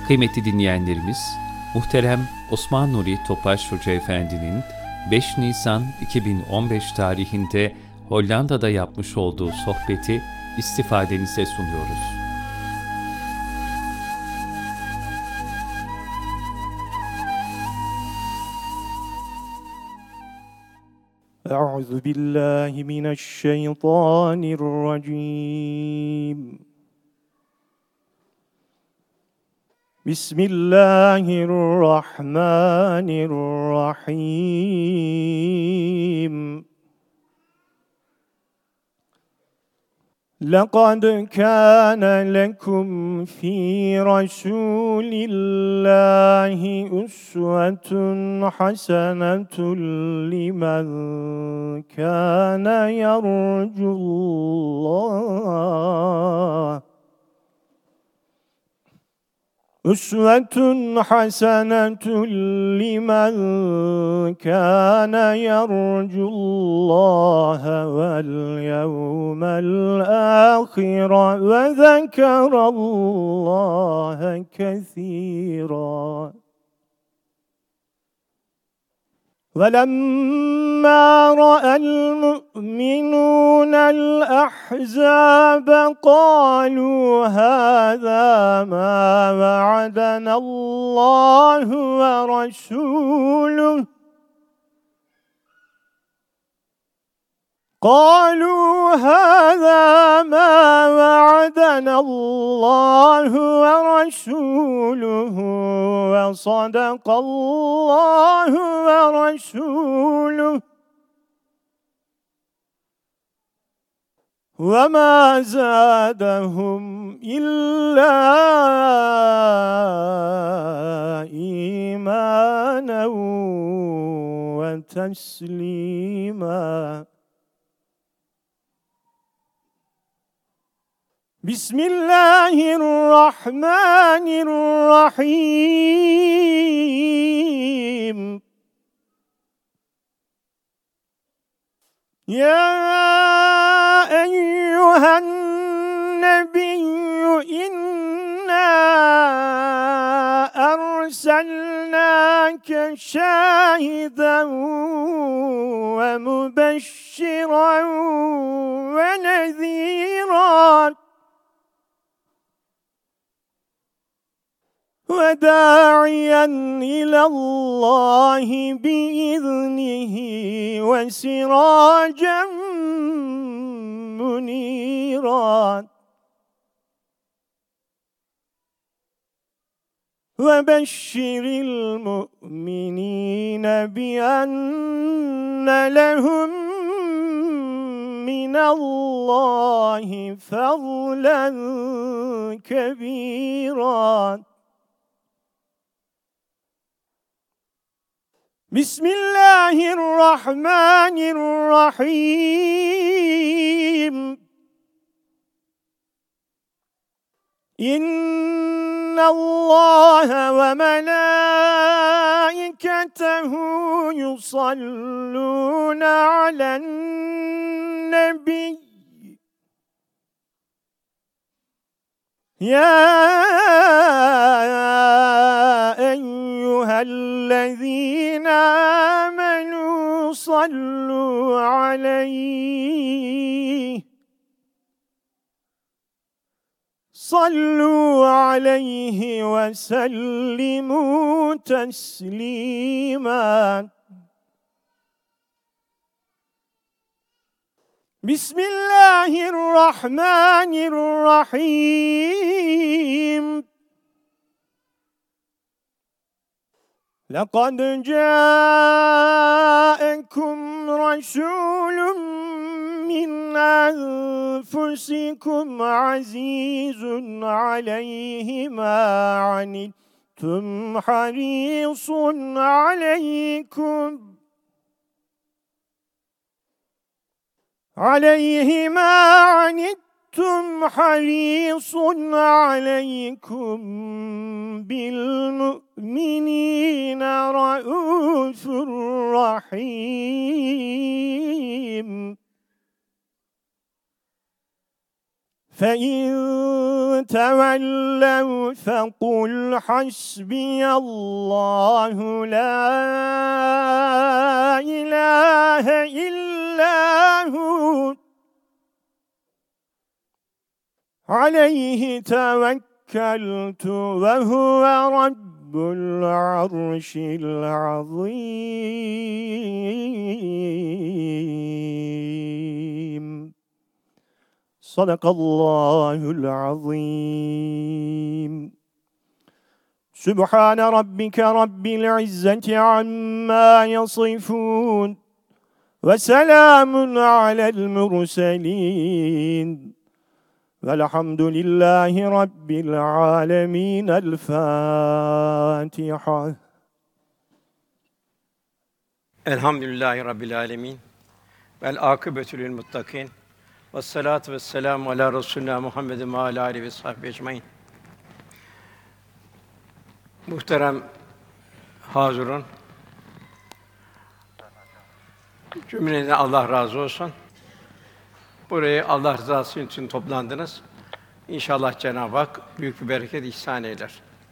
Kıymetli dinleyenlerimiz, muhterem Osman Nuri Topbaş Hoca Efendi'nin 5 Nisan 2015 tarihinde Hollanda'da yapmış olduğu sohbeti istifadenize sunuyoruz. أعوذ بالله من الشيطان الرجيم بسم الله الرحمن الرحيم لقد كان لكم في رسول الله أسوة حسنة لمن كان يرجو الله أسوة حسنة لمن كان يرجو الله واليوم الآخر وذكر الله كثيرا ولما رأى المؤمنون الأحزاب قالوا هذا ما وعدنا الله ورسوله وصدق الله ورسوله وما زادهم إلا إيمانا وتسليما بسم الله الرحمن الرحيم يا أيها النبي إنا أرسلناك شاهدا ومبشرا ونذيرا وداعيا إلى الله بإذنه وسراجا منيرا وبشر المؤمنين بأن لهم من الله فضلا كبيرا بسم الله الرحمن الرحيم إن الله وملائكته يصلون على النبي يا أيها الذين آمنوا صلوا عليه وسلموا تسليما بسم الله الرحمن الرحيم لقد جاءكم رسول من أنفسكم عزيز عليه ما عنتم حريص عليكم بالمؤمنين رؤوف رحيم فإن تَوَلَّوْا فَقُلْ حَسْبِيَ اللّٰهُ لَا إِلَٰهَ إِلَّا هُوَ عَلَيْهِ تَوَكَّلْتُ وَهُوَ رَبُّ الْعَرْشِ الْعَظِيمِ. Sadakallahul azim. Sübhane rabbike rabbil izzeti amma yasifun. Ve selamun alel murselin. Velhamdülillahi rabbil alemin. El Fatiha. Elhamdülillahi Rabbil alemin. Vel akıbetü lil muttakin. Vessalatu vesselamu ala Resulina Muhammedin ve ala alihi ve sahbihi ecmaîn. Muhterem hazirun, cümleden Allah razı olsun. Buraya Allah rızası için toplandınız. İnşallah Cenab-ı Hak büyük bir bereket ihsan eyler.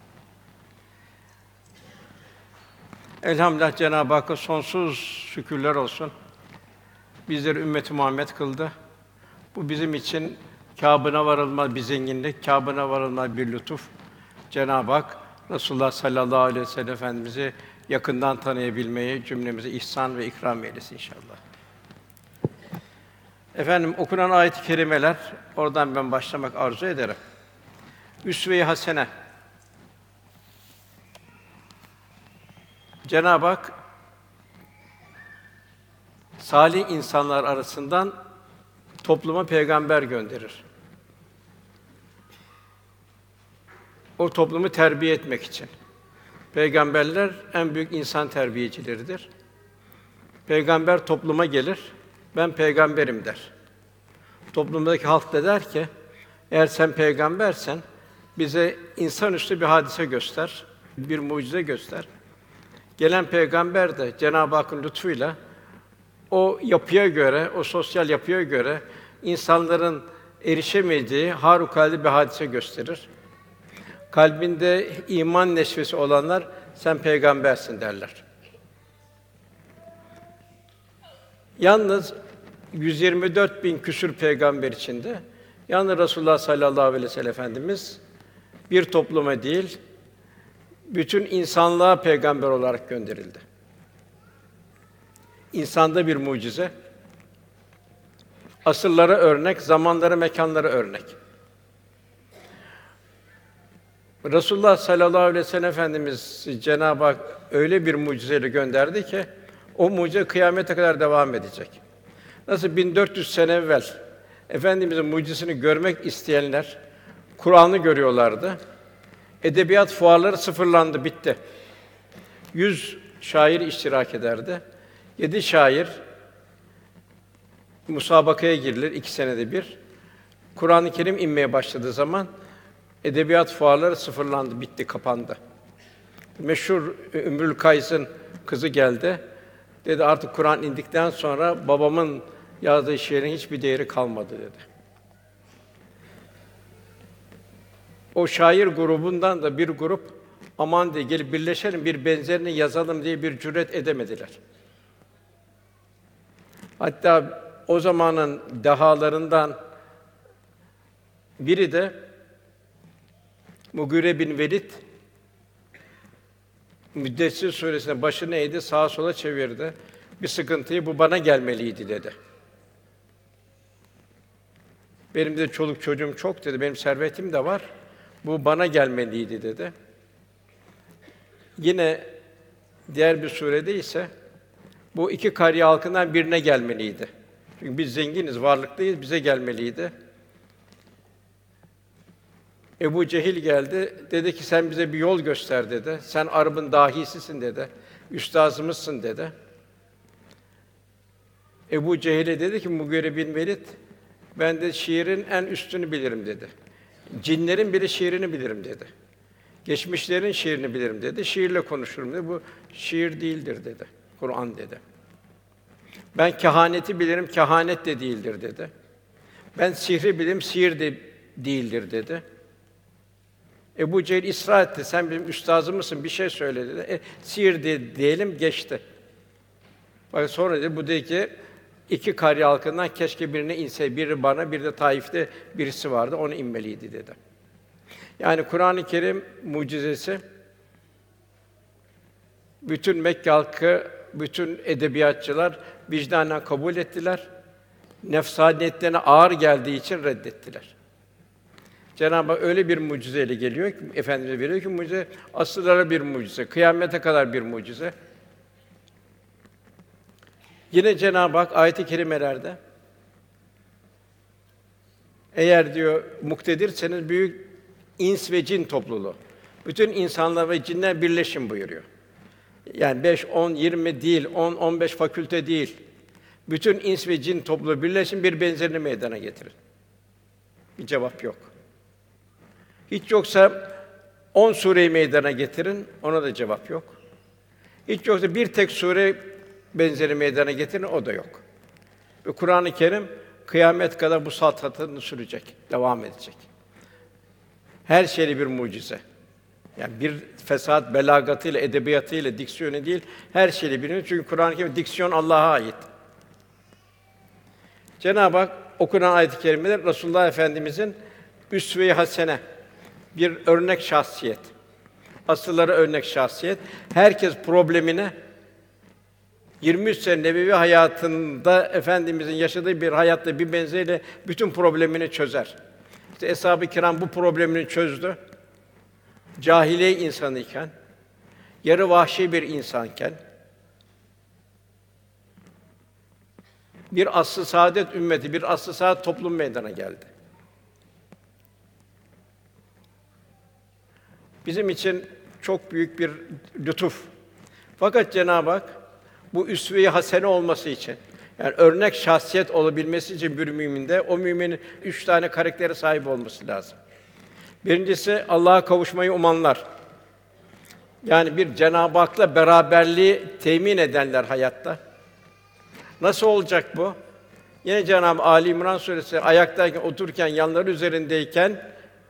Elhamdülillah Cenab-ı Hakk'a sonsuz şükürler olsun. Bizleri ümmet-i Muhammed kıldı. Bu bizim için kâbına varılmaz bir zenginlik, kâbına varılmaz bir lütuf. Cenab-ı Hak Resulullah sallallahu aleyhi ve sellem Efendimizi yakından tanıyabilmeyi cümlemize ihsan ve ikram eylesin inşallah. Efendim okunan ayet-i kerimeler, oradan ben başlamak arzu ederim. Üsve-i hasene. Cenab-ı Hak salih insanlar arasından topluma peygamber gönderir. O toplumu terbiye etmek için. Peygamberler en büyük insan terbiyecileridir. Peygamber topluma gelir, ben peygamberim der. Toplumdaki halk da der ki, eğer sen peygambersen bize insanüstü bir hadise göster, bir mucize göster. Gelen peygamber de Cenab-ı Hakk'ın lütfuyla o yapıya göre, o sosyal yapıya göre insanların erişemediği harikulade bir hadise gösterir. Kalbinde iman neşvesi olanlar sen peygambersin derler. Yalnız 124.000 küsur peygamber içinde yalnız Resulullah sallallahu aleyhi ve sellem Efendimiz bir topluma değil, bütün insanlığa peygamber olarak gönderildi. İnsanda bir mucize, asırlara örnek, zamanlara, mekânlara örnek. Resulullah sallallahu aleyhi ve sellem Efendimiz Cenab-ı Hak öyle bir mucizeyle gönderdi ki o mucize kıyamete kadar devam edecek. Nasıl 1400 sene evvel Efendimizin mucizesini görmek isteyenler Kur'an'ı görüyorlardı. Edebiyat fuarları sıfırlandı, bitti. 100 şair iştirak ederdi. 7 şair musabakaya girilir 2 senede bir. Kur'an-ı Kerim inmeye başladığı zaman edebiyat fuarları sıfırlandı, bitti, kapandı. Meşhur Ümrül Kays'ın kızı geldi. Dedi artık Kur'an indikten sonra babamın yazdığı şiirin hiçbir değeri kalmadı dedi. O şair grubundan da bir grup aman diye gelip birleşelim, bir benzerini yazalım diye bir cüret edemediler. Hatta o zamanın dehalarından biri de Mugire bin Velid Müddessir suresinin başını eğdi, sağa sola çevirdi. Bir sıkıntıyı bu bana gelmeliydi dedi. Benim de çoluk çocuğum çok dedi. Benim servetim de var. Bu bana gelmeliydi dedi. Yine diğer bir surede ise bu iki kariye halkından birine gelmeliydi. Çünkü biz zenginiz, varlıklıyız, bize gelmeliydi. Ebu Cehil geldi, dedi ki sen bize bir yol göster dedi. Sen Arap'ın dahisisin dedi. Üstazımızsın dedi. Ebu Cehil'e dedi ki Mugire bin Velid, ben de şiirin en üstünü bilirim dedi. Cinlerin bile şiirini bilirim dedi. Geçmişlerin şiirini bilirim dedi. Şiirle konuşurum dedi. Bu şiir değildir dedi. Kur'an dedi. Ben kehaneti bilirim, kehanet de değildir dedi. Ben sihri bilirim, sihir de değildir dedi. Ebu Cehil ısrar etti. Sen benim üstazım mısın? Bir şey söyle dedi. Sihir diyelim geçti. Bak sonra dedi bu dedi ki 2 kari halkından keşke birine inse, biri bana, bir de Taif'te birisi vardı, onu inmeliydi dedi. Yani Kur'an-ı Kerim mucizesi bütün Mekke halkı, bütün edebiyatçılar vicdanen kabul ettiler. Nefsaniyetlerine ağır geldiği için reddettiler. Cenab-ı Hak öyle bir mucizeyle geliyor ki Efendimize veriyor ki mucize asırlara bir mucize, kıyamete kadar bir mucize. Yine Cenab-ı Hak ayet-i kerimelerde eğer diyor muktedirseniz büyük ins ve cin topluluğu, bütün insanlar ve cinler birleşin buyuruyor. Yani 5, 10, 20 değil, 10, 15 fakülte değil. Bütün ins ve cin topluluğu birleşin, bir benzerini meydana getirin. Bir cevap yok. Hiç yoksa 10 sureyi meydana getirin, ona da cevap yok. Hiç yoksa bir tek sure benzeri meydana getirin, o da yok. Ve Kur'an-ı Kerim kıyamet kadar bu saltanatını sürecek, devam edecek. Her şeyle bir mucize. Yani bir fesat belagatıyla, edebiyatıyla, diksiyonu değil, her şeyle biliniyor. Çünkü Kur'an-ı Kerim diksiyon Allah'a ait. Cenab-ı Hak okunan ayet-i kerimede Resulullah Efendimizin üsve-i hasene, bir örnek şahsiyet. Asılları örnek şahsiyet. Herkes problemine 23 sene nebevi hayatında Efendimizin yaşadığı bir hayatta bir benzeriyle bütün problemini çözer. İşte Eshab-ı Kiram bu problemini çözdü. Cahiliye insanıyken, yarı vahşi bir insanken, bir asr-ı saadet ümmeti, bir asr-ı saadet toplum meydana geldi. Bizim için çok büyük bir lütuf. Fakat Cenab-ı Hak bu üsve-i hasene olması için, yani örnek şahsiyet olabilmesi için bir müminde o müminin 3 tane karaktere sahip olması lazım. Birincisi Allah'a kavuşmayı umanlar. Yani bir Cenab-ı Hak'la beraberliği temin edenler hayatta. Nasıl olacak bu? Yine Cenab-ı Ali İmran Suresi ayaktayken, otururken, yanları üzerindeyken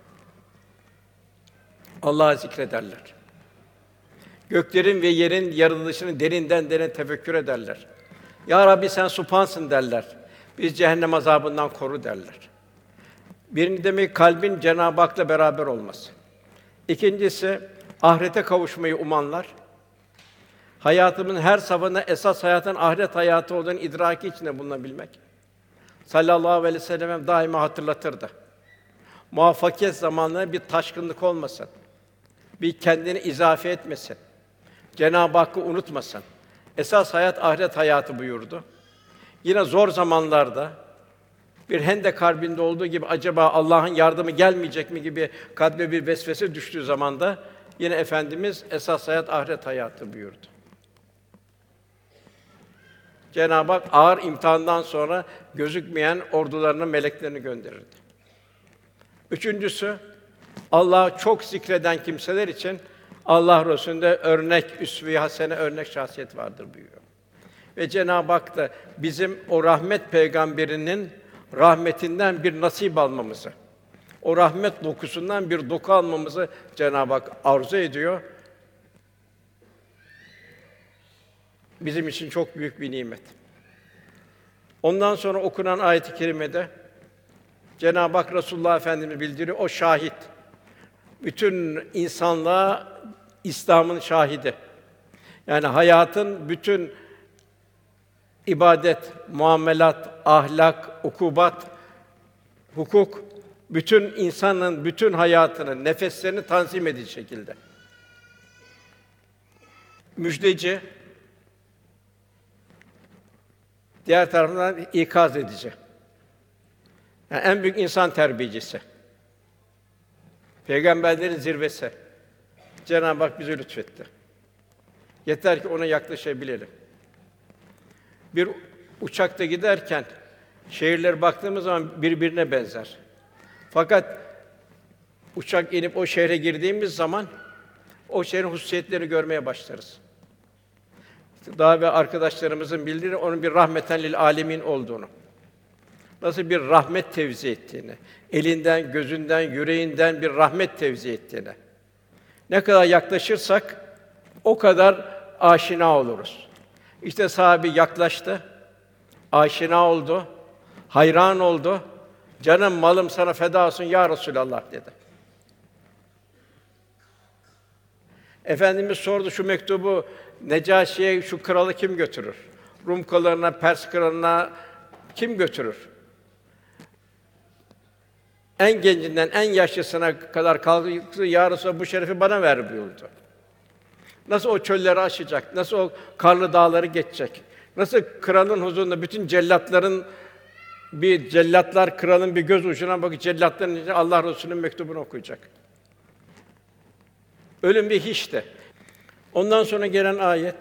Allah'ı zikrederler. Göklerin ve yerin yaratılışını derinden derine tefekkür ederler. Ya Rabbi sen Subhansın derler. Biz cehennem azabından koru derler. Birinci demek kalbin Cenab-ı Hak'la beraber olması. İkincisi ahirete kavuşmayı umanlar. Hayatımın her safhasında esas hayatın ahiret hayatı olduğunu idraki içinde bulunabilmek. Sallallahu aleyhi ve sellem daima hatırlatırdı. Muvaffakiyet zamanlarında bir taşkınlık olmasın. Bir kendini izafe etmesin. Cenab-ı Hakk'ı unutmasın. Esas hayat ahiret hayatı buyurdu. Yine zor zamanlarda bir Hendek Harbi'nde olduğu gibi acaba Allah'ın yardımı gelmeyecek mi gibi kalbe bir vesvese düştüğü zamanda yine Efendimiz esas hayat ahiret hayatı buyurdu. Cenab-ı Hak ağır imtihandan sonra gözükmeyen ordularına meleklerini gönderirdi. Üçüncüsü, Allah'ı çok zikreden kimseler için Allah Resulü'nde örnek, üsve-i hasene örnek şahsiyet vardır buyuruyor. Ve Cenab-ı Hak da bizim o rahmet peygamberinin rahmetinden bir nasip almamızı, o rahmet dokusundan bir doku almamızı Cenab-ı Hak arzu ediyor. Bizim için çok büyük bir nimet. Ondan sonra okunan ayet-i kerimede Cenab-ı Hak Resulullah Efendimiz bildiriyor, o şahit. Bütün insanlığa İslam'ın şahidi. Yani hayatın bütün ibadet, muamelat, ahlak, ukubat, hukuk, bütün insanın bütün hayatını, nefeslerini tanzim edici şekilde. Müjdeci, diğer tarafından ikaz edici. Yani en büyük insan terbiyecisi. Peygamberlerin zirvesi. Cenab-ı Hak bize lütfetti. Yeter ki ona yaklaşabilelim. Bir uçakta giderken şehirlere baktığımız zaman birbirine benzer. Fakat uçak inip o şehre girdiğimiz zaman o şehrin hususiyetlerini görmeye başlarız. İşte daha ve arkadaşlarımızın bildiği onun bir rahmeten lil âlemin olduğunu. nasıl bir rahmet tevzi ettiğini, elinden, gözünden, yüreğinden bir rahmet tevzi ettiğini. Ne kadar yaklaşırsak o kadar aşina oluruz. İşte sahabe yaklaştı, aşina oldu, hayran oldu. "Canım, malım sana feda olsun ya Resulallah" dedi. Efendimiz sordu, "Şu mektubu Necaşi'ye, şu kralı kim götürür? Rum kralına, Pers kralına kim götürür?" En gencinden en yaşlısına kadar kalktı, "Ya Resulallah, bu şerefi bana ver" buyurdu. Nasıl o çölleri aşacak? Nasıl o karlı dağları geçecek? Nasıl kralın huzurunda bütün cellatların cellatlar kralın bir göz ucuna bakıp cellatların içinde Allah Resulü'nün mektubunu okuyacak. Ölüm bir hiçti. Ondan sonra gelen ayet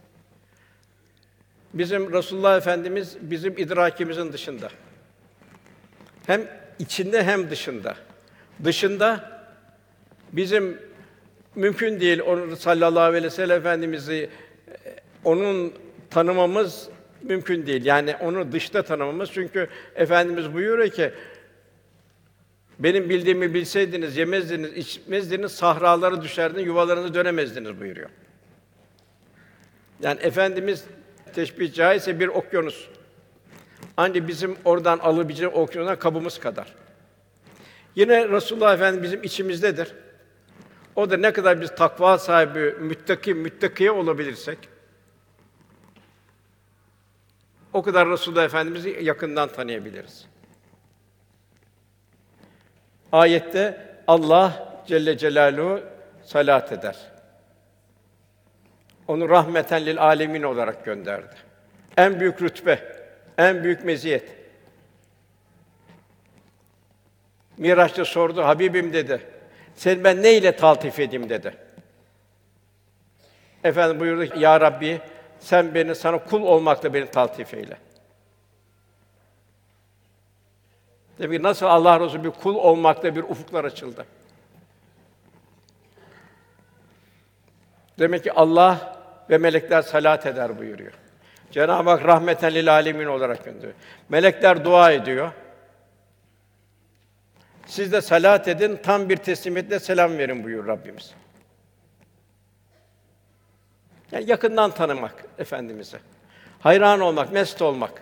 bizim Resulullah Efendimiz bizim idrakimizin dışında. Hem içinde hem dışında. Dışında bizim mümkün değil onu sallallahu aleyhi ve sellem Efendimizi onun tanımamız mümkün değil. Yani onu dışta tanımamız, çünkü Efendimiz buyuruyor ki benim bildiğimi bilseydiniz yemezdiniz, içmezdiniz, sahralara düşerdiniz, yuvalarınıza dönemezdiniz buyuruyor. Yani Efendimiz teşbih caizse bir okyanus. Ancak bizim oradan alabileceğimiz okyanusdan kabımız kadar. Yine Resulullah Efendimiz bizim içimizdedir. O da ne kadar biz takva sahibi, müttakiye olabilirsek, o kadar Resulullah Efendimiz'i yakından tanıyabiliriz. Ayette Allah Celle Celaluhu salat eder. Onu rahmeten lil âlemin olarak gönderdi. En büyük rütbe, en büyük meziyet. Miraç'ta sordu, "Habibim" dedi, "seni ben ne ile taltif edeyim?" dedi. Efendim buyurdu ki, "Ya Rabbi, sen beni sana kul olmakla beni taltif eyle." Demek ki nasıl Allah Resulü bir kul olmakla bir ufuklar açıldı. Demek ki Allah ve melekler salat eder buyuruyor. Cenab-ı Hak rahmeten lil âlemin olarak gönderiyor. Melekler dua ediyor. Siz de salat edin, tam bir teslimiyetle selam verin buyuruyor Rabbimiz. Yani yakından tanımak Efendimiz'i. Hayran olmak, mest olmak.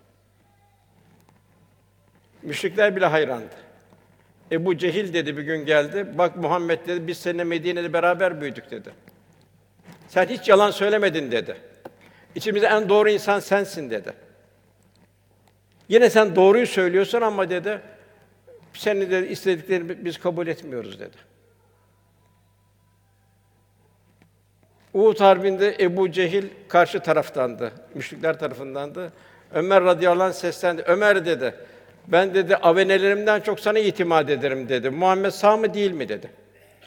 Müşrikler bile hayrandı. Ebu Cehil dedi bir gün geldi, "Bak Muhammed" dedi, "biz seninle Medine'de beraber büyüdük" dedi. "Sen hiç yalan söylemedin" dedi. "İçimizde en doğru insan sensin" dedi. "Yine sen doğruyu söylüyorsun ama" dedi, "senin de istediklerini biz kabul etmiyoruz" dedi. Uhud Harbi'nde Ebu Cehil karşı taraftandı, müşrikler tarafındandı. Ömer radıyallahu anh seslendi. "Ömer" dedi, "ben" dedi, "avenelerimden çok sana itimat ederim" dedi. "Muhammed sağ mı değil mi?" dedi.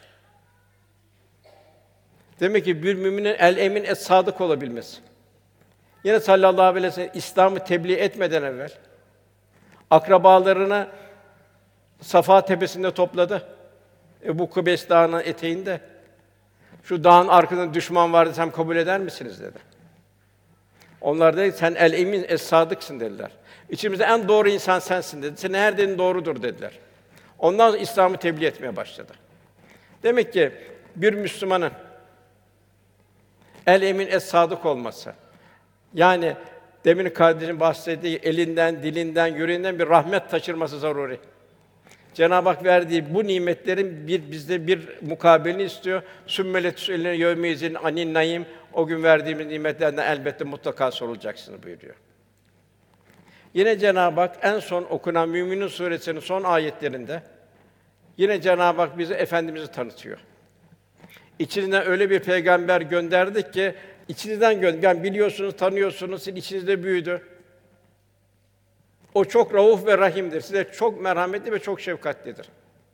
Demek ki bir müminin el-emin es-sadık olabilmesi. Yine sallallahu aleyhi ve sellem İslam'ı tebliğ etmeden evvel akrabalarını Safa tepesinde topladı. Ebu Kubeys Dağı'nın eteğinde. "Şu dağın arkasında düşman var desem kabul eder misiniz?" dedi. Onlar dedi, "Sen el-emin es-sadıksın" dediler. "İçimizde en doğru insan sensin" dedi. "Senin her dediğin doğrudur" dediler. Ondan sonra İslam'ı tebliğ etmeye başladı. Demek ki bir Müslümanın el-emin es-sadık olması, yani demin kardeşim bahsettiği elinden, dilinden, yüreğinden bir rahmet taşırması zaruri. Cenab-ı Hak verdiği bu nimetlerin bizde bir mukabilini istiyor. "Sümmele tüs'elûne yevmeizin anin naim." O gün verdiğimiz nimetlerden elbette mutlaka sorulacaksınız buyuruyor. Yine Cenab-ı Hak en son okunan Müminin Suresi'nin son ayetlerinde yine Cenab-ı Hak bize Efendimiz'i tanıtıyor. İçinizden öyle bir peygamber gönderdik ki içinizden yani biliyorsunuz, tanıyorsunuz, sizin içinizde büyüdü. O çok rauf ve rahimdir. Size çok merhametli ve çok şefkatlidir.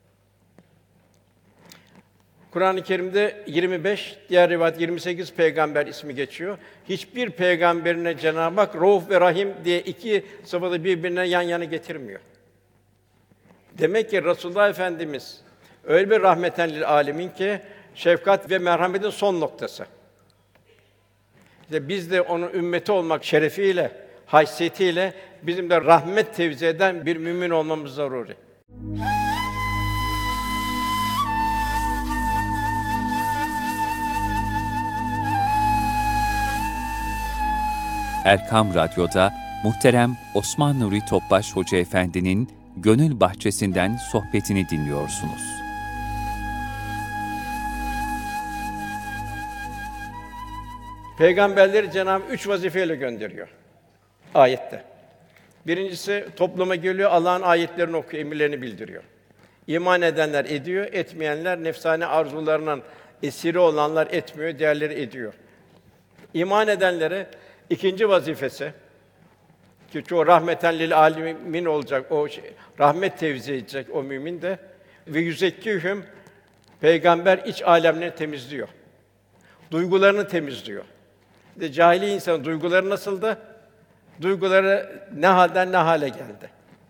Kur'an-ı Kerim'de 25, diğer rivayet 28 peygamber ismi geçiyor. Hiçbir peygamberine Cenab-ı Hak rauf ve rahim diye iki sıfatı birbirine yan yana getirmiyor. Demek ki Resulullah Efendimiz öyle bir rahmeten lil âlemin ki şefkat ve merhametin son noktası. İşte biz de onun ümmeti olmak şerefiyle haysiyetiyle bizim de rahmet tevzi eden bir mümin olmamız zaruri. Erkam Radyo'da muhterem Osman Nuri Topbaş Hoca Efendi'nin Gönül Bahçesi'nden sohbetini dinliyorsunuz. Peygamberleri Cenab-ı Hak 3 vazifeyle gönderiyor ayette. Birincisi topluma geliyor, Allah'ın ayetlerini okuyor, emirlerini bildiriyor. İman edenler ediyor, etmeyenler nefsani arzularının esiri olanlar etmiyor, diğerleri ediyor. İman edenlere ikinci vazifesi ki çoğu rahmeten lil âlemin olacak, rahmet tevzi edecek o mümin de ve yüzekkihüm peygamber iç âlemlerini temizliyor. Duygularını temizliyor. De cahili insanın duyguları nasıldı? Duyguları ne halden ne hale geldi.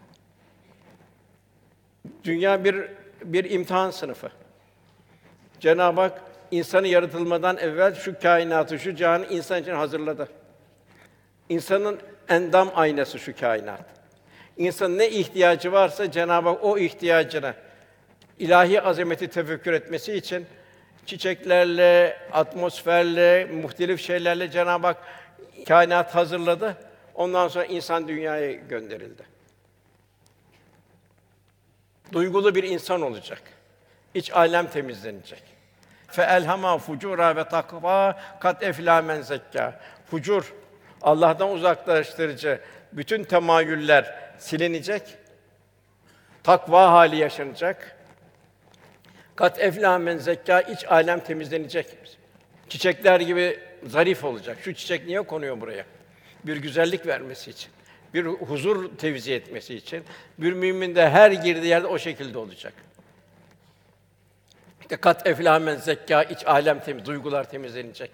Dünya bir imtihan sınıfı. Cenab-ı Hak insanı yaratılmadan evvel şu kainatı, şu cihanı insan için hazırladı. İnsanın endam aynası şu kainat. İnsanın ne ihtiyacı varsa Cenab-ı Hak o ihtiyacını ilahi azameti tefekkür etmesi için çiçeklerle, atmosferle, muhtelif şeylerle Cenab-ı Hak kainat hazırladı. Ondan sonra insan dünyaya gönderildi. Duygulu bir insan olacak. İç alem temizlenecek. Feelhama fucura ve takva kat eflâ men zekkâ. Fucur, Allah'tan uzaklaştırıcı bütün temayüller silinecek. Takva hali yaşanacak. Kat eflâ men zekkâ, iç alem temizlenecek. Çiçekler gibi zarif olacak. Şu çiçek niye konuyor buraya? Bir güzellik vermesi için, bir huzur tevzi etmesi için. Bir mümin de her girdiği yerde o şekilde olacak. İşte kat eflâ men zekkâ, iç alem temiz, duygular temizlenecek.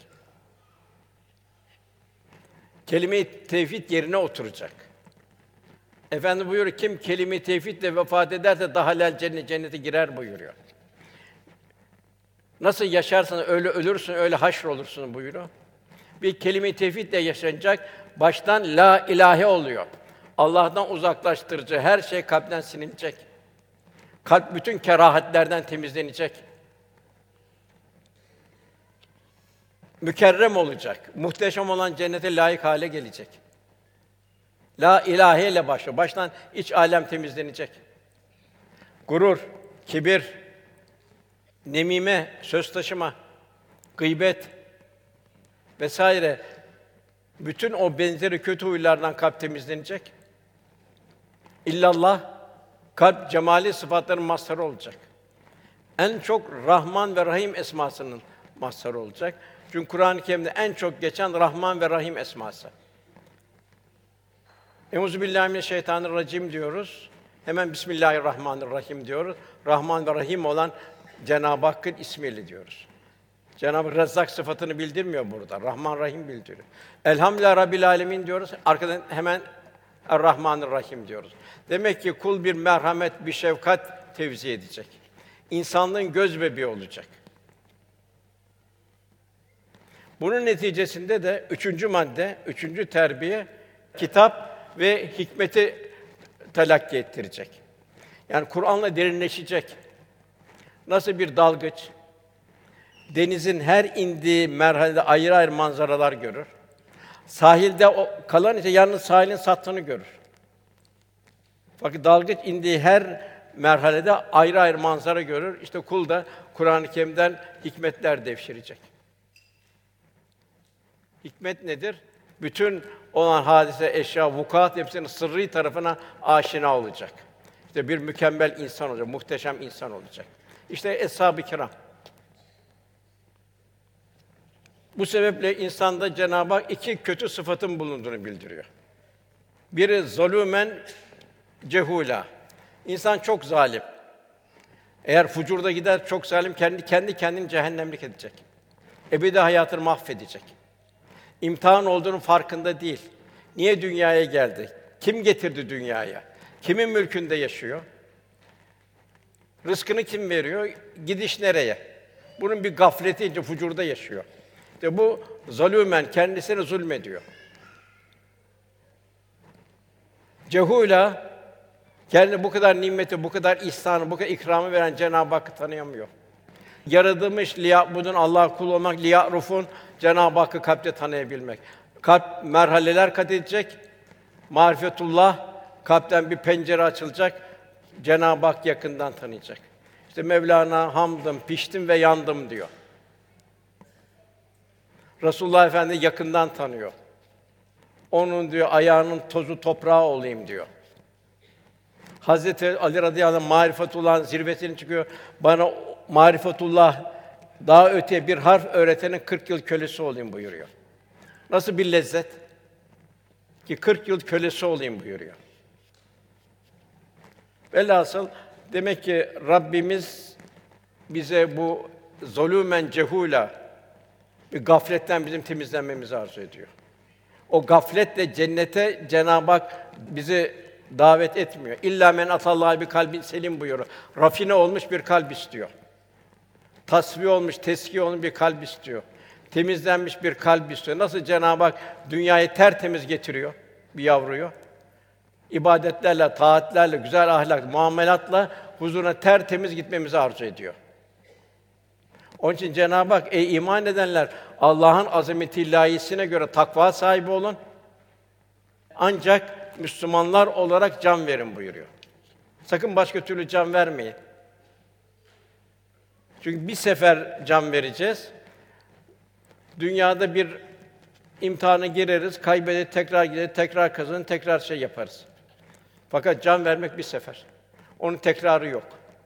Kelime-i tevhid yerine oturacak. Efendimiz buyuruyor, kim kelime-i tevhidle vefat ederse dahalel cennete girer buyuruyor. Nasıl yaşarsan öyle ölürsün, öyle haşr olursun buyuruyor. Bir kelime-i tevhidle yaşanacak, baştan la ilahe oluyor. Allah'tan uzaklaştırıcı her şey kalpten silinecek. Kalp bütün kerahatlerden temizlenecek. Mükerrem olacak. Muhteşem olan cennete layık hale gelecek. La ilahe ile başlıyor. Baştan iç alem temizlenecek. Gurur, kibir, nemime, söz taşıma, gıybet vesaire bütün o benzeri kötü huylardan kalp temizlenecek. İllallah, kalp cemali sıfatların mazharı olacak. En çok Rahman ve Rahim esmasının mazharı olacak. Çünkü Kur'an-ı Kerim'de en çok geçen Rahman ve Rahim esması. Euzubillahimineşşeytanirracim diyoruz. Hemen Bismillahirrahmanirrahim diyoruz. Rahman ve Rahim olan Cenab-ı Hakk'ın ismiyle diyoruz. Cenab-ı Rezzak sıfatını bildirmiyor burada. Rahman Rahim bildiriyor. Elhamdülillahi Rabbil Âlemin diyoruz. Arkadan hemen Er-Rahmanir-Rahim diyoruz. Demek ki kul bir merhamet, bir şefkat tevzi edecek. İnsanlığın göz bebeği olacak. Bunun neticesinde de üçüncü madde, üçüncü terbiye, kitap ve hikmeti telakki ettirecek. Yani Kur'an'la derinleşecek. Nasıl bir dalgıç, denizin her indiği merhalede ayrı ayrı manzaralar görür. Sahilde kalan ise yalnız sahilin sattığını görür. Fakat dalgıç indiği her merhalede ayrı ayrı manzara görür. İşte kul da Kur'an-ı Kerim'den hikmetler devşirecek. Hikmet nedir? Bütün olan hadise, eşya, vukuat hepsinin sırrı tarafına aşina olacak. İşte bir mükemmel insan olacak, muhteşem insan olacak. İşte eshab-ı kiram. Bu sebeple insanda Cenab-ı Hak iki kötü sıfatın bulunduğunu bildiriyor. Biri zalûmen cehûlâ. İnsan çok zalim. Eğer fucurda gider çok zalim, kendi kendini cehennemlik edecek. Ebedi hayatını mahvedecek. İmtihan olduğunun farkında değil. Niye dünyaya geldi? Kim getirdi dünyaya? Kimin mülkünde yaşıyor? Rızkını kim veriyor? Gidiş nereye? Bunun bir gafleti içinde fucurda yaşıyor. İşte bu zalûmen kendisine zulmediyor. Cehûlâ, kendine bu kadar nimeti, bu kadar ihsanı, bu kadar ikramı veren Cenab-ı Hakk'ı tanıyamıyor. Yaratılmış liya'budun, Allah'a kul olmak, liya'rufun, Cenab-ı Hakk'ı kalpte tanıyabilmek. Kalp merhaleler kat edecek. Marifetullah, kalpten bir pencere açılacak. Cenab-ı Hak yakından tanıyacak. İşte Mevlana hamdım, piştim ve yandım diyor. Resulullah Efendi yakından tanıyor. Onun diyor ayağının tozu toprağı olayım diyor. Hazreti Ali radıyallahu anh marifetullah'ın zirvesine çıkıyor. Bana marifetullah daha öte bir harf öğretenin 40 yıl kölesi olayım buyuruyor. Nasıl bir lezzet ki 40 yıl kölesi olayım buyuruyor. Velhasıl demek ki Rabbimiz bize bu zulûmen cehûlâ bir gafletten bizim temizlenmemizi arzu ediyor. O gafletle cennete Cenab-ı Hak bizi davet etmiyor. İlla men atallaha bir kalbin selim buyuruyor. Rafine olmuş bir kalp istiyor. Tasfiye olmuş, tezkiye olmuş bir kalp istiyor. Temizlenmiş bir kalp istiyor. Nasıl Cenab-ı Hak dünyayı tertemiz getiriyor bir yavruyu? İbadetlerle, taatlerle, güzel ahlak, muamelatla huzuruna tertemiz gitmemizi arzu ediyor. Onun için Cenab-ı Hak, ey iman edenler, Allah'ın azameti ilahisine göre takva sahibi olun. Ancak Müslümanlar olarak can verin buyuruyor. Sakın başka türlü can vermeyin. Çünkü bir sefer can vereceğiz. Dünyada bir imtihana gireriz, kaybederiz, tekrar gideriz, tekrar kazanır, tekrar şey yaparız. Fakat can vermek bir sefer. Onun tekrarı yok.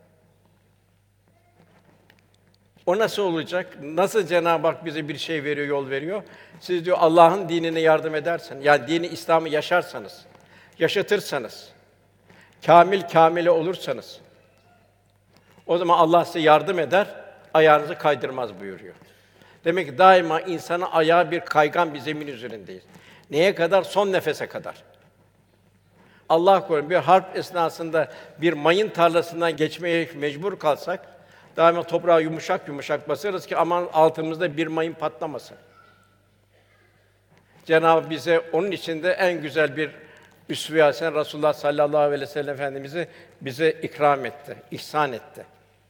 O nasıl olacak? Nasıl Cenab-ı Hak bize bir şey veriyor, yol veriyor? Siz diyor Allah'ın dinine yardım ederseniz, yani dini İslam'ı yaşarsanız, yaşatırsanız, kamile olursanız, o zaman Allah size yardım eder, ayağınızı kaydırmaz buyuruyor. Demek ki daima insanın ayağı bir kaygan bir zemin üzerindeyiz. Neye kadar? Son nefese kadar. Allah korusun, bir harp esnasında bir mayın tarlasından geçmeye mecbur kalsak, daima toprağa yumuşak basarız ki aman altımızda bir mayın patlamasın. Cenab-ı Hak bize onun için de en güzel bir üsve-i hasene Resulullah sallallahu aleyhi ve sellem Efendimiz'i bize ikram etti, ihsan etti.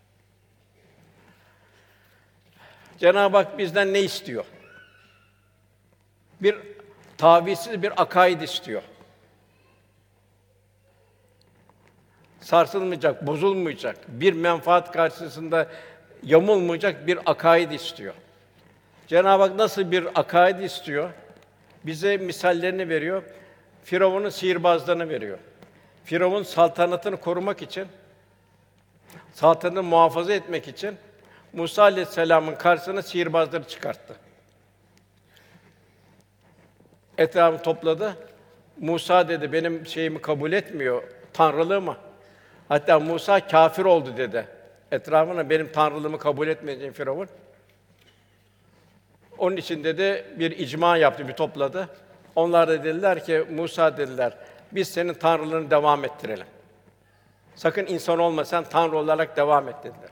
Cenab-ı Hak bizden ne istiyor? Bir tavizsiz bir akaid istiyor. Sarsılmayacak, bozulmayacak, bir menfaat karşısında yamulmayacak bir akaid istiyor. Cenab-ı Hak nasıl bir akaid istiyor? Bize misallerini veriyor. Firavun'un sihirbazlarını veriyor. Firavun saltanatını korumak için, saltanatını muhafaza etmek için Musa aleyhisselam'ın karşısına sihirbazları çıkarttı. Etrafını topladı. Musa dedi, benim şeyimi kabul etmiyor, tanrılığımı. Hatta Musa kâfir oldu dedi. Etrafına benim tanrılığımı kabul etmeyeceğin Firavun. Onun için dedi bir icma yaptı, bir topladı. Onlar da dediler ki Musa dediler, biz senin tanrılığını devam ettirelim. Sakın insan olma, sen tanrı olarak devam et dediler.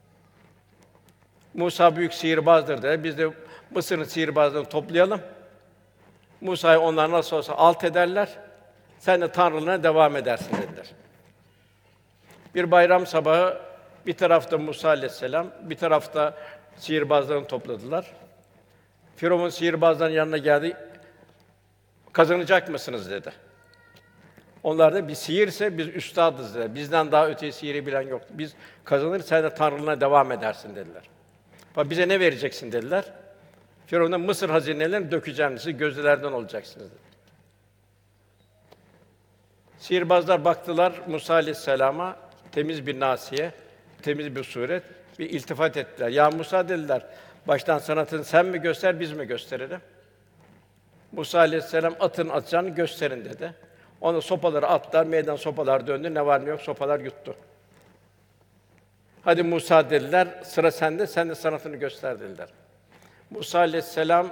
Musa büyük sihirbazdır dediler. Biz de Mısır'ın sihirbazlarını toplayalım. Musa'yı onlar nasıl olsa alt ederler. Sen de tanrılığına devam edersin dediler. Bir bayram sabahı bir tarafta Musa aleyhisselam, bir tarafta sihirbazlarını topladılar. Firavun sihirbazların yanına geldi. Kazanacak mısınız dedi. Onlar da bir sihirse biz üstadız dediler. Bizden daha öteye sihiri bilen yoktu. Biz kazanırız, sen de tanrılığına devam edersin dediler. Bize ne vereceksin dediler. Firavun'a Mısır hazinelerini dökeceğim, siz gözlerden olacaksınız dedi. Sihirbazlar baktılar Musa aleyhisselama, temiz bir nasiye, temiz bir suret, bir iltifat ettiler. Ya Musa dediler, baştan sanatını sen mi göster, biz mi gösterelim? Musa aleyhisselam atın atacağını gösterin dedi. Ona sopaları attılar, meydan sopalar döndü, ne var ne yok sopalar yuttu. Hadi Musa dediler, sıra sende, sen de sanatını göster dediler. Musa aleyhisselam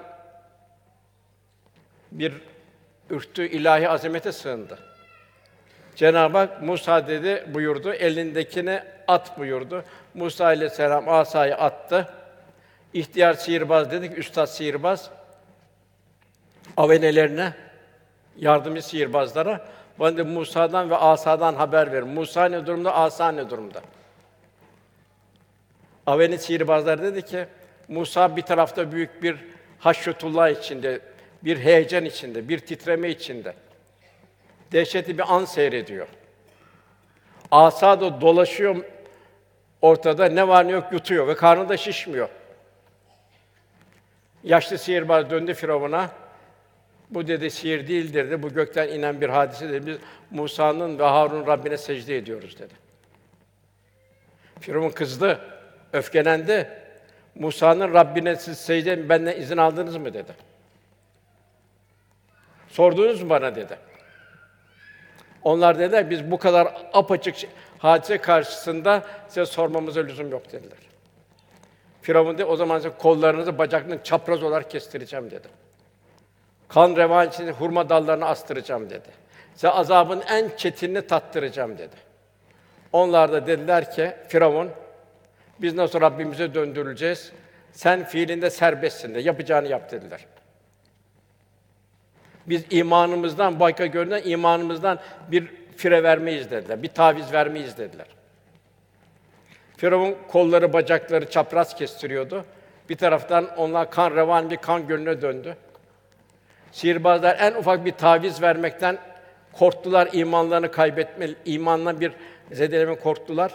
bir ürktü, ilahi azamete sığındı. Cenab-ı Hak Musa dedi, buyurdu, elindekini at buyurdu. Musa aleyhisselam asayı attı. İhtiyar sihirbaz dedik, üstad sihirbaz avenelerine, yardımcı sihirbazlara Bana dedi, Musa'dan ve Asa'dan haber verin. Musa ne durumda, Asa ne durumda? Aveni sihirbazlar dedi ki, Musa bir tarafta büyük bir haşyetullah içinde, bir heyecan içinde, bir titreme içinde. Dehşetli bir an seyrediyor. Asa da dolaşıyor ortada, ne var ne yok yutuyor ve karnı da şişmiyor. Yaşlı sihirbaz döndü Firavun'a. Bu dedi sihir değildir dedi. Bu gökten inen bir hadise dedi. Biz Musa'nın ve Harun'un Rabbine secde ediyoruz dedi. Firavun kızdı, öfkelendi. Musa'nın Rabbine siz secde benden izin aldınız mı dedi. Sordunuz mu bana dedi. Onlar dediler biz bu kadar apaçık hadise karşısında size sormamıza lüzum yok dediler. Firavun dedi o zaman size kollarınızı, bacaklarınızı çapraz olarak kestireceğim dedi. Kan revan içinde hurma dallarını astıracağım dedi. Size azabın en çetinini tattıracağım dedi. Onlar da dediler ki Firavun biz nasıl Rabbimize döndürüleceğiz? Sen fiilinde serbestsin de yapacağını yap dediler. Biz imanımızdan, başka görünen imanımızdan bir fire vermeyiz dediler. Bir taviz vermeyiz dediler. Firavun kolları, bacakları çapraz kestiriyordu. Bir taraftan onlar kan revan bir kan gölüne döndü. Sihirbazlar en ufak bir taviz vermekten korktular, imanlarını kaybetme, imanla bir zedeleme korktular.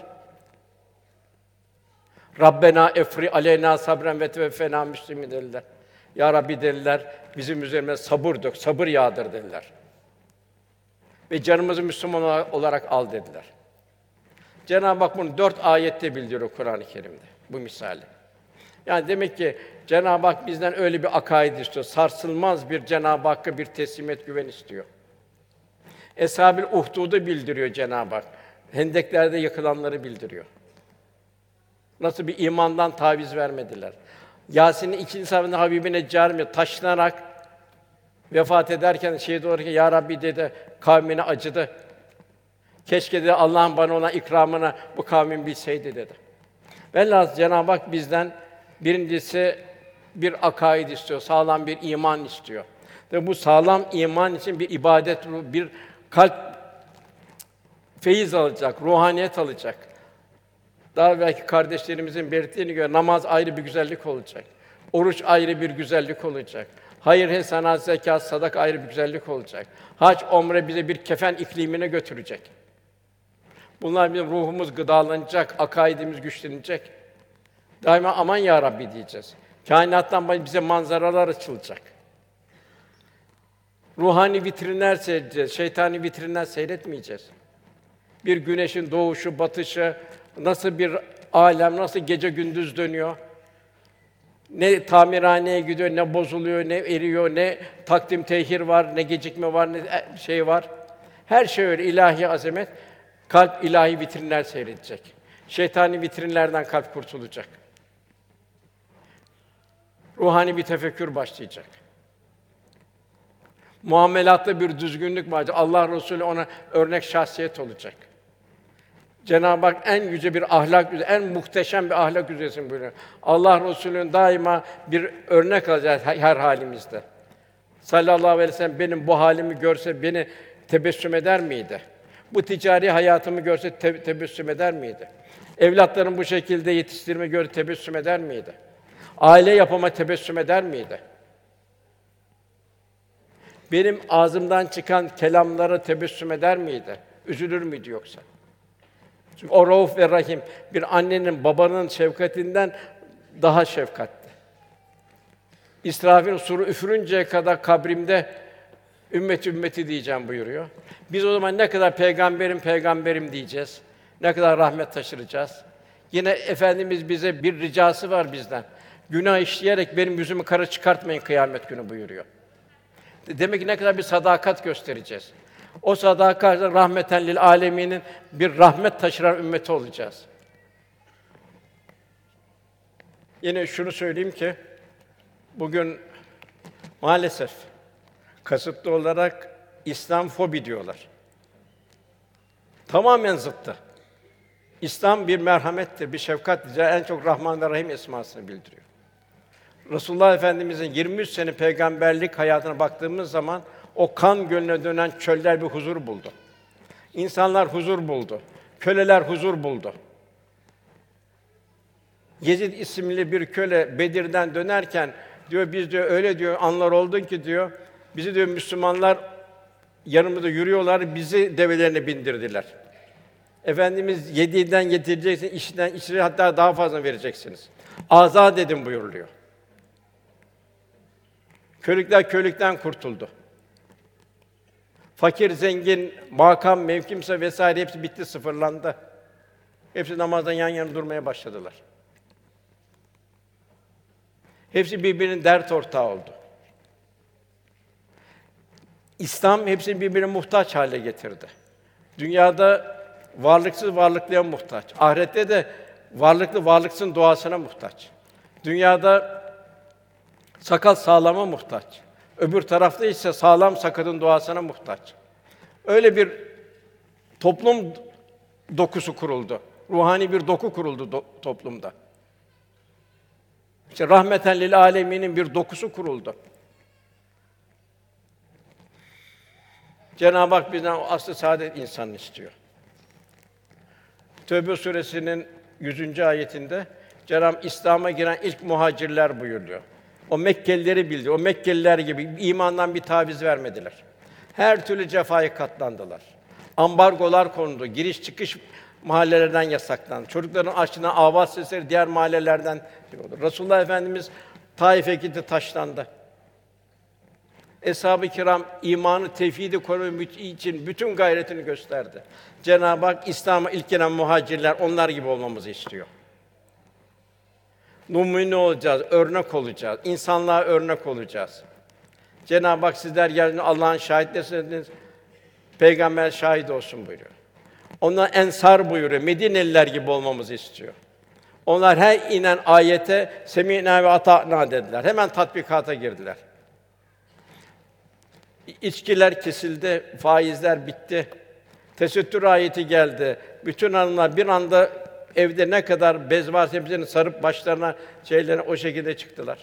Rabbena efri aleyna sabren ve teveffena müslimin dediler. Ya Rabbi dediler, bizim üzerimize sabır dök, sabır yağdır dediler. Ve canımızı Müslüman olarak al dediler. Cenab-ı Hak bunu 4 ayette bildiriyor Kur'an-ı Kerim'de bu misali. Yani demek ki Cenab-ı Hak bizden öyle bir akaid istiyor. Sarsılmaz bir Cenab-ı Hakk'a bir teslimiyet, güven istiyor. Eshab-ül Uhdud'u bildiriyor Cenab-ı Hak. Hendeklerde yakılanları bildiriyor. Nasıl bir imandan taviz vermediler. Yasin'in 2. sayfasında Habib-i Neccar'ın taşlanarak vefat ederken şehit olurken ya Rabbi dedi kavmine acıdı. Keşke dedi Allah'ın bana olan ikramını bu kavmin bilseydi dedi. Velhâsıl Cenab-ı Hak bizden birincisi bir akaid istiyor, sağlam bir iman istiyor. Ve bu sağlam iman için bir ibadet, bir kalp feyiz alacak, ruhaniyet alacak. Daha belki kardeşlerimizin belirttiğine göre namaz ayrı bir güzellik olacak. Oruç ayrı bir güzellik olacak. Hayır, hasenat, zekât, sadaka ayrı bir güzellik olacak. Hac, umre bize bir kefen iklimine götürecek. Bunlar bizim ruhumuz gıdalanacak, akaidimiz güçlenecek. Daima aman ya Rabbi diyeceğiz. Kainattan bize manzaralar açılacak. Ruhani vitrinler seyredeceğiz, şeytani vitrinler seyretmeyeceğiz. Bir güneşin doğuşu, batışı, nasıl bir âlem, nasıl gece gündüz dönüyor. Ne tamirhaneye gidiyor, ne bozuluyor, ne eriyor, ne takdim tehir var, ne gecikme var, ne şey var. Her şey öyle ilahi azamet. Kalp ilahi vitrinler seyredecek. Şeytani vitrinlerden kalp kurtulacak. Ruhani bir tefekkür başlayacak. Muamelatta bir düzgünlük var. Allah Resulü ona örnek şahsiyet olacak. Cenab-ı Hak en yüce bir ahlak, en muhteşem bir ahlak üzeresin buyuruyor. Allah Resulü'nün daima bir örnek alacağız her halimizde. Sallallahu aleyhi ve sellem benim bu halimi görse beni tebessüm eder miydi? Bu ticari hayatımı görse tebessüm eder miydi? Evlatlarım bu şekilde yetiştirme görse tebessüm eder miydi? Aile yapıma tebessüm eder miydi? Benim ağzımdan çıkan kelamlara tebessüm eder miydi? Üzülür müydü yoksa? Çünkü o Rauf ve Rahim bir annenin, babanın şefkatinden daha şefkatli. İsrafil suru üfürünceye kadar kabrimde ümmeti diyeceğim buyuruyor. Biz o zaman ne kadar peygamberim diyeceğiz. Ne kadar rahmet taşıracağız. Yine Efendimiz bize bir ricası var bizden. Günah işleyerek benim yüzümü kara çıkartmayın kıyamet günü buyuruyor. Demek ki ne kadar bir sadakat göstereceğiz. O sadakatle rahmeten lil âlemînin bir rahmet taşıran ümmeti olacağız. Yine şunu söyleyeyim ki bugün maalesef kasıtlı olarak İslam fobi diyorlar. Tamamen zıttı. İslam bir merhamettir, bir şefkattir. En çok Rahman ve Rahim esmasını bildiriyor. Resulullah Efendimizin 23 sene peygamberlik hayatına baktığımız zaman O kan gölüne dönen çöller bir huzur buldu. İnsanlar huzur buldu. Köleler huzur buldu. Yezid isimli bir köle Bedir'den dönerken diyor biz diyor öyle diyor anlar oldun ki diyor bizi diyor Müslümanlar yanımızda yürüyorlar, bizi develerine bindirdiler. Efendimiz yediğinden yedireceksin, içinden içire hatta daha fazla vereceksiniz. Azat edin buyuruluyor. Kölükten kurtuldu. Fakir, zengin, makam, mevkimse vesaire hepsi bitti, sıfırlandı. Hepsi namazdan yan yana durmaya başladılar. Hepsi birbirinin dert ortağı oldu. İslam hepsini birbirine muhtaç hale getirdi. Dünyada varlıksız varlıklıya muhtaç. Ahirette de varlıklı varlıksızın duasına muhtaç. Dünyada sakat sağlama muhtaç. Öbür tarafta ise sağlam sakatın duasına muhtaç. Öyle bir toplum dokusu kuruldu. Ruhani bir doku kuruldu toplumda. İşte rahmeten lil âlemînin bir dokusu kuruldu. Cenab-ı Hak bizden o asr-ı saadet insanını istiyor. Tevbe suresinin 100. ayetinde Cenab-ı Hak İslam'a giren ilk muhacirler buyuruyor. O Mekkelileri bildi. O Mekkeliler gibi imandan bir taviz vermediler. Her türlü cefaya katlandılar. Ambargolar konuldu. Giriş çıkış mahallelerden yasaklandı. Çocukların açlığına avaz sesleri diğer mahallelerden oldu. Resulullah Efendimiz Taif'e gitti, taşlandı. Eshab-ı kiram imanı, tevhidi korumak için bütün gayretini gösterdi. Cenab-ı Hak İslam'a ilk gelen muhacirler onlar gibi olmamızı istiyor. Numune olacağız, örnek olacağız. İnsanlığa örnek olacağız. Cenab-ı Hak sizler yeryüzünde Allah'ın şahitlersiniz. Peygamber şahit olsun buyuruyor. Onlar ensar buyuruyor. Medineliler gibi olmamızı istiyor. Onlar her inen ayete semînâ ve ata'nâ dediler. Hemen tatbikata girdiler. İçkiler kesildi, faizler bitti. Tesettür ayeti geldi. Bütün hanımlar bir anda evde ne kadar bez varsa hepsini sarıp başlarına şeylerine o şekilde çıktılar.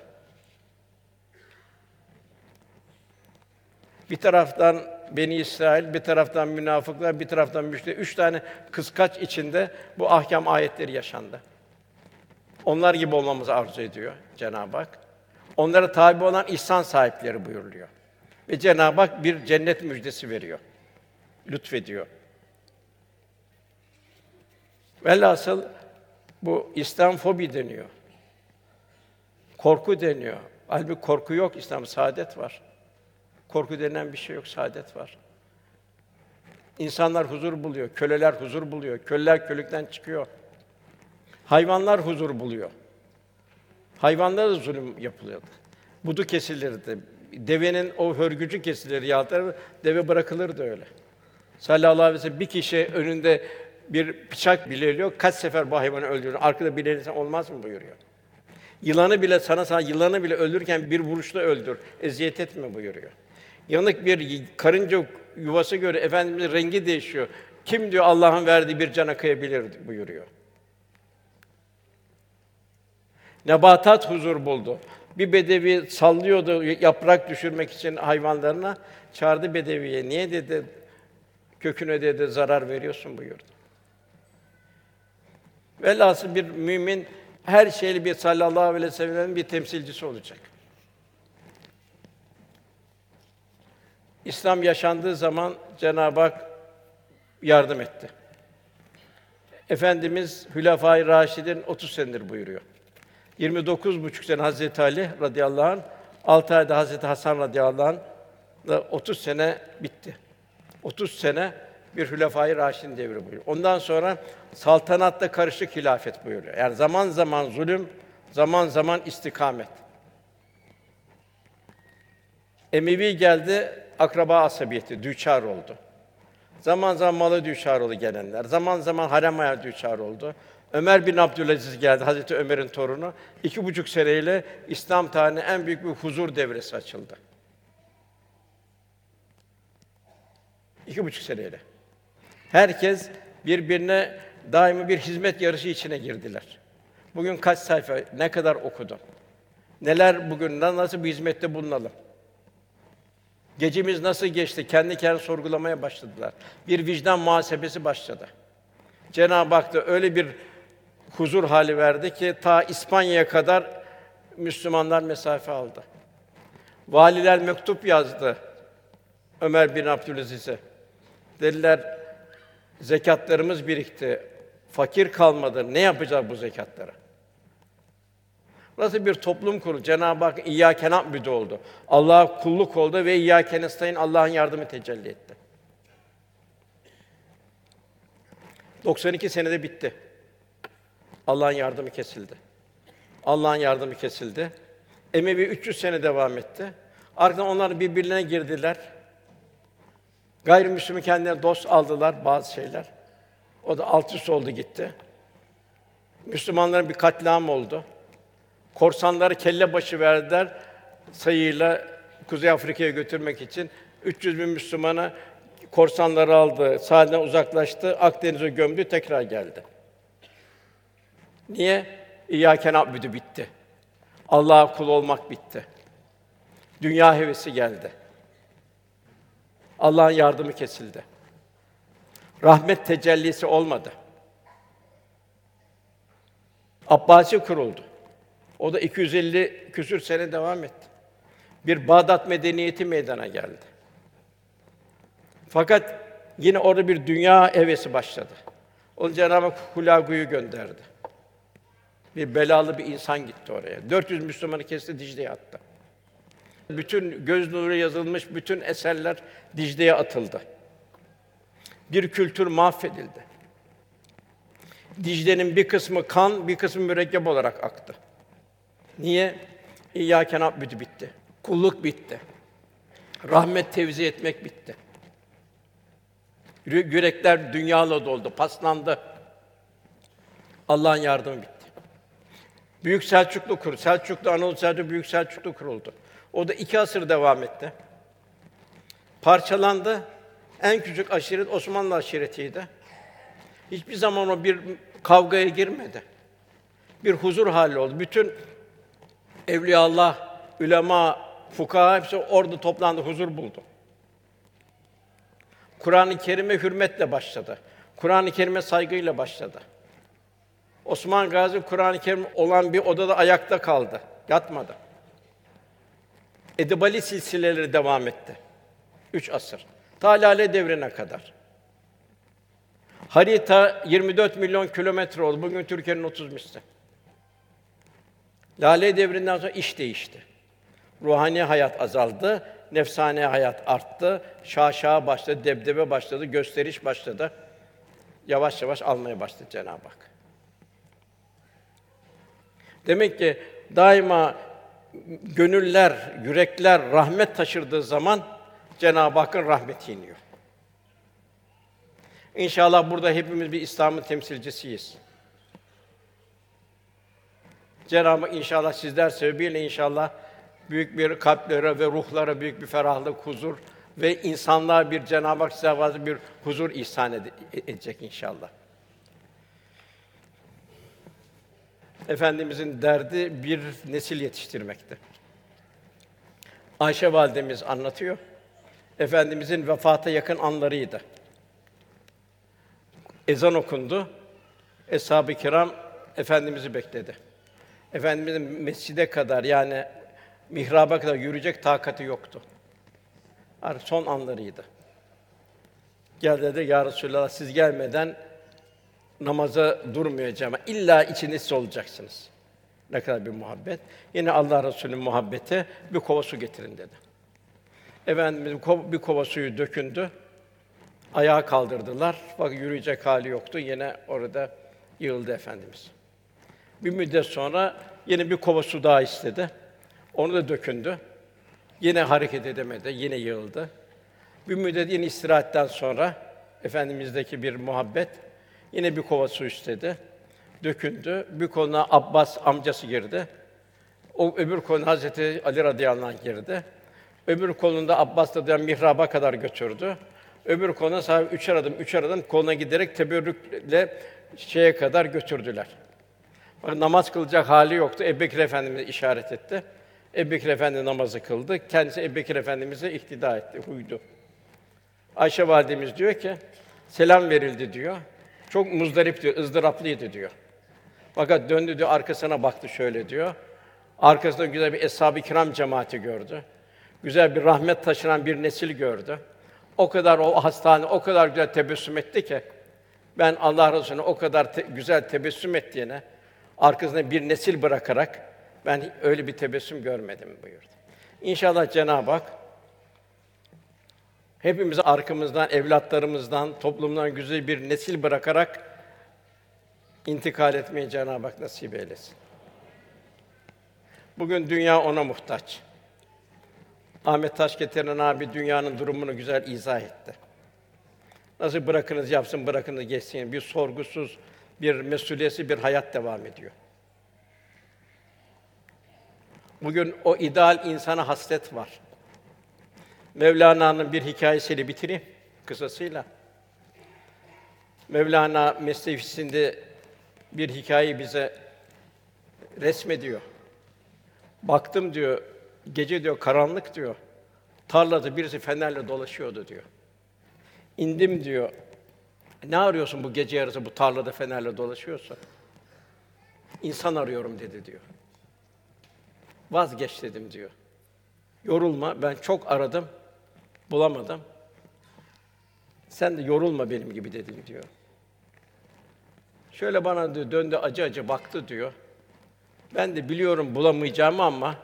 Bir taraftan Beni İsrail, bir taraftan münafıklar, bir taraftan müşrik. 3 tane kıskaç içinde bu ahkâm ayetleri yaşandı. Onlar gibi olmamızı arzu ediyor Cenab-ı Hak. Onlara tabi olan ihsan sahipleri buyuruluyor. Ve Cenab-ı Hak bir cennet müjdesi veriyor. Lütfediyor. Velhasıl bu İslam fobi deniyor. Korku deniyor. Halbuki korku yok, İslam saadet var. Korku denen bir şey yok, saadet var. İnsanlar huzur buluyor, köleler huzur buluyor, köleler kölükten çıkıyor. Hayvanlar huzur buluyor. Hayvanlara da zulüm yapılıyordu. Budu kesilirdi. Devenin o hörgücü kesilir, yağlar, deve bırakılırdı öyle. Sallallahu aleyhi ve sellem bir kişi önünde bir bıçak bileliyor, kaç sefer bu hayvanı öldürür, arkada bilenirsen olmaz mı buyuruyor. Yılanı bile sana yılanı bile öldürürken bir vuruşla öldür, eziyet etme buyuruyor. Yanık bir karınca yuvası göre Efendimiz'in rengi değişiyor. Kim diyor Allah'ın verdiği bir cana kıyabilir buyuruyor. Nebatat huzur buldu. Bir bedevi sallıyordu yaprak düşürmek için hayvanlarına. Çağırdı bedeviye. Niye dedi? Köküne dedi zarar veriyorsun buyurdu. Velhasıl bir mümin her şeyli bir sallallahu aleyhi ve sellem'in bir temsilcisi olacak. İslam yaşandığı zaman Cenab-ı Hak yardım etti. Efendimiz Hülefâ-i Râşidîn 30 senedir buyuruyor. 29,5 sene Hazreti Ali radıyallahu anh, 6 ayda Hazreti Hasan radıyallahu anh da 30 sene bitti. 30 sene bir Hülefâ-i Râşidîn devri buyuruyor. Ondan sonra saltanatla karışık hilafet buyuruyor. Yani zaman zaman zulüm, zaman zaman istikamet. Emevi geldi, akraba asabiyeti düçar oldu. Zaman zaman malı düçar oldu gelenler. Zaman zaman harem ayağı düçar oldu. Ömer bin Abdülaziz geldi, Hazreti Ömer'in torunu. 2,5 seneyle İslam tarihinin en büyük bir huzur devresi açıldı. 2,5 seneyle. Herkes birbirine daimi bir hizmet yarışı içine girdiler. Bugün kaç sayfa, ne kadar okudum? Neler bugün, nasıl bir hizmette bulunalım? Gecemiz nasıl geçti? Kendi kendine sorgulamaya başladılar. Bir vicdan muhasebesi başladı. Cenab-ı Hak da öyle bir huzur hali verdi ki ta İspanya'ya kadar Müslümanlar mesafe aldı. Valiler mektup yazdı Ömer bin Abdülaziz'e. Dediler, zekâtlarımız birikti, fakir kalmadı, ne yapacağız bu zekâtları? Nasıl bir toplum kurulu? Cenab-ı Hak İyyâke na'budu oldu. Allah'a kulluk oldu ve İyyâke nestaîn, Allah'ın yardımı tecelli etti. 92 senede bitti. Allah'ın yardımı kesildi. Allah'ın yardımı kesildi. Emevi 300 sene devam etti. Ardından onlar birbirlerine girdiler. Gayrimüslim'i kendilerine dost aldılar bazı şeyler. O da alt üst oldu gitti. Müslümanların bir katliam oldu. Korsanları kelle başı verdiler sayıyla Kuzey Afrika'ya götürmek için. 300 bin Müslümanı korsanları aldı, sahilden uzaklaştı, Akdeniz'e gömdü, tekrar geldi. Niye? İyyâke na'budu bitti. Allah'a kul olmak bitti. Dünya hevesi geldi. Allah'ın yardımı kesildi. Rahmet tecellisi olmadı. Abbasi kuruldu. O da 250 küsur sene devam etti. Bir Bağdat medeniyeti meydana geldi. Fakat yine orada bir dünya hevesi başladı. Onun Cenab-ı Hak Hulagu'yu gönderdi. Bir belalı bir insan gitti oraya. 400 Müslümanı kesti, Dicle'ye attı. Bütün göz nuru yazılmış bütün eserler Dicle'ye atıldı. Bir kültür mahvedildi. Dicle'nin bir kısmı kan, bir kısmı mürekkep olarak aktı. Niye? İyyâke na'budu bitti. Kulluk bitti. Rahmet tevzi etmek bitti. Yürekler dünyayla doldu, paslandı. Allah'ın yardımı bitti. Büyük Selçuklu kuruldu. Selçuklu, Anadolu Selçuklu, Büyük Selçuklu kuruldu. O da 2 asır devam etti. Parçalandı. En küçük aşiret Osmanlı aşiretiydi. Hiçbir zaman o bir kavgaya girmedi. Bir huzur hâli oldu. Bütün evliyaullah, ulema, fukaha hepsi orada toplandı, huzur buldu. Kur'an-ı Kerim'e hürmetle başladı. Kur'an-ı Kerim'e saygıyla başladı. Osman Gazi Kur'an-ı Kerim olan bir odada ayakta kaldı, yatmadı. Edebali silsileleri devam etti. 3 asır. Ta Lale Devri'ne kadar. Harita 24 milyon kilometre oldu. Bugün Türkiye'nin 30 misli. Lale Devri'nden sonra iş değişti. Ruhani hayat azaldı, nefsani hayat arttı, şaşa başladı, debdebe başladı, gösteriş başladı. Yavaş yavaş almaya başladı Cenab-ı Hak. Demek ki daima gönüller, yürekler rahmet taşırdığı zaman Cenab-ı Hakk'ın rahmeti iniyor. İnşallah burada hepimiz bir İslam'ın temsilcisiyiz. Cenab-ı Hak inşallah sizler sebebiyle inşallah büyük bir kalplere ve ruhlara büyük bir ferahlık, huzur ve insanlığa bir Cenab-ı Hak size bir huzur ihsan edecek inşallah. Efendimizin derdi bir nesil yetiştirmekti. Ayşe validemiz anlatıyor. Efendimizin vefata yakın anlarıydı. Ezan okundu. Eshab-ı kiram Efendimiz'i bekledi. Efendimizin mescide kadar yani mihraba kadar yürüyecek takati yoktu. Artık son anlarıydı. Gel dedi, ya Resulallah siz gelmeden namaza durmayacağım. İlla içinde siz olacaksınız. Ne kadar bir muhabbet. Yine Allah Resulü'nün muhabbeti, bir kova su getirin dedi. Efendimiz bir kova suyu dökündü. Ayağa kaldırdılar. Bak yürüyecek hali yoktu. Yine orada yığıldı Efendimiz. Bir müddet sonra yine bir kova su daha istedi. Onu da dökündü. Yine hareket edemedi. Yine yığıldı. Bir müddet yine istirahatten sonra Efendimizdeki bir muhabbet yine bir kova su istedi. Dökündü. Bir koluna Abbas amcası girdi. O öbür koluna Hazreti Ali radıyallahu anh girdi. Öbür kolunda Abbas radıyallahu anh mihraba kadar götürdü. Öbür koluna sahibi üçer adım koluna giderek teberrükle şeye kadar götürdüler. Namaz kılacak hali yoktu. Ebubekir Efendimiz işaret etti. Ebubekir Efendi namazı kıldı. Kendisi Ebubekir Efendimiz'e iktida etti, uydu. Ayşe validemiz diyor ki, selam verildi diyor. Çok muzdarip diyor, ızdıraplıydı diyor. Fakat döndü diyor, arkasına baktı şöyle diyor. Arkasında güzel bir eshab-ı kiram cemaati gördü. Güzel bir rahmet taşıran bir nesil gördü. O kadar o hastane o kadar güzel tebessüm etti ki ben Allah Resulü'nün o kadar güzel tebessüm ettiğine arkasında bir nesil bırakarak ben öyle bir tebessüm görmedim buyurdu. İnşallah Cenab-ı Hak hepimizi arkamızdan, evlatlarımızdan, toplumdan güzel bir nesil bırakarak intikal etmeyi Cenab-ı Hak nasip eylesin. Bugün dünya ona muhtaç. Ahmet Taşgetiren abi dünyanın durumunu güzel izah etti. Nasıl bırakınız yapsın, bırakınız geçsin. Bir sorgusuz, bir mesuliyeti bir hayat devam ediyor. Bugün o ideal insana hasret var. Mevlana'nın bir hikâyesiyle bitireyim, kısasıyla. Mevlana Mesnevisinde bir hikâyeyi bize resmediyor. Baktım diyor, gece diyor, karanlık diyor. Tarlada birisi fenerle dolaşıyordu diyor. İndim diyor. Ne arıyorsun bu gece yarısı bu tarlada fenerle dolaşıyorsun? İnsan arıyorum dedi diyor. Vazgeç dedim diyor. Yorulma, ben çok aradım, bulamadım. Sen de yorulma benim gibi dedim diyor. Şöyle bana diyor, döndü acı acı baktı diyor. Ben de biliyorum bulamayacağımı ama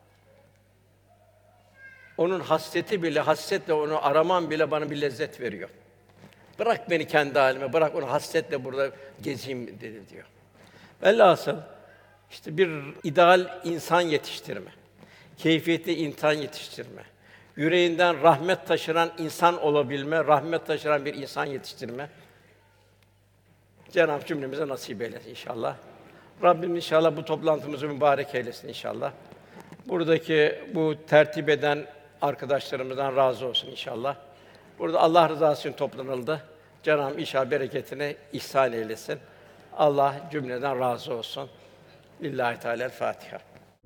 onun hasreti bile, hasretle onu aramam bile bana bir lezzet veriyor. Bırak beni kendi halime, bırak onu hasretle burada gezeyim dedi diyor. Velhasıl işte bir ideal insan yetiştirme, keyfiyetli insan yetiştirme, yüreğinden rahmet taşıran insan olabilme, rahmet taşıran bir insan yetiştirme. Cenab-ı Hak cümlemize nasip eylesin inşallah. Rabbim inşallah bu toplantımızı mübarek eylesin inşallah. Buradaki bu tertip eden arkadaşlarımızdan razı olsun inşallah. Burada Allah rızası için toplanıldı. Cenab-ı Hak inşallah bereketini ihsan eylesin. Allah cümleden razı olsun. Lillahi Teala'l-Fatiha.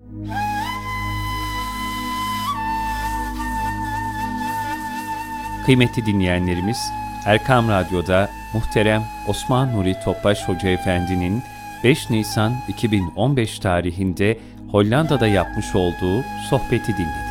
Kıymetli dinleyenlerimiz, Erkam Radyo'da muhterem Osman Nuri Topbaş Hoca Efendi'nin 5 Nisan 2015 tarihinde Hollanda'da yapmış olduğu sohbeti dinledik.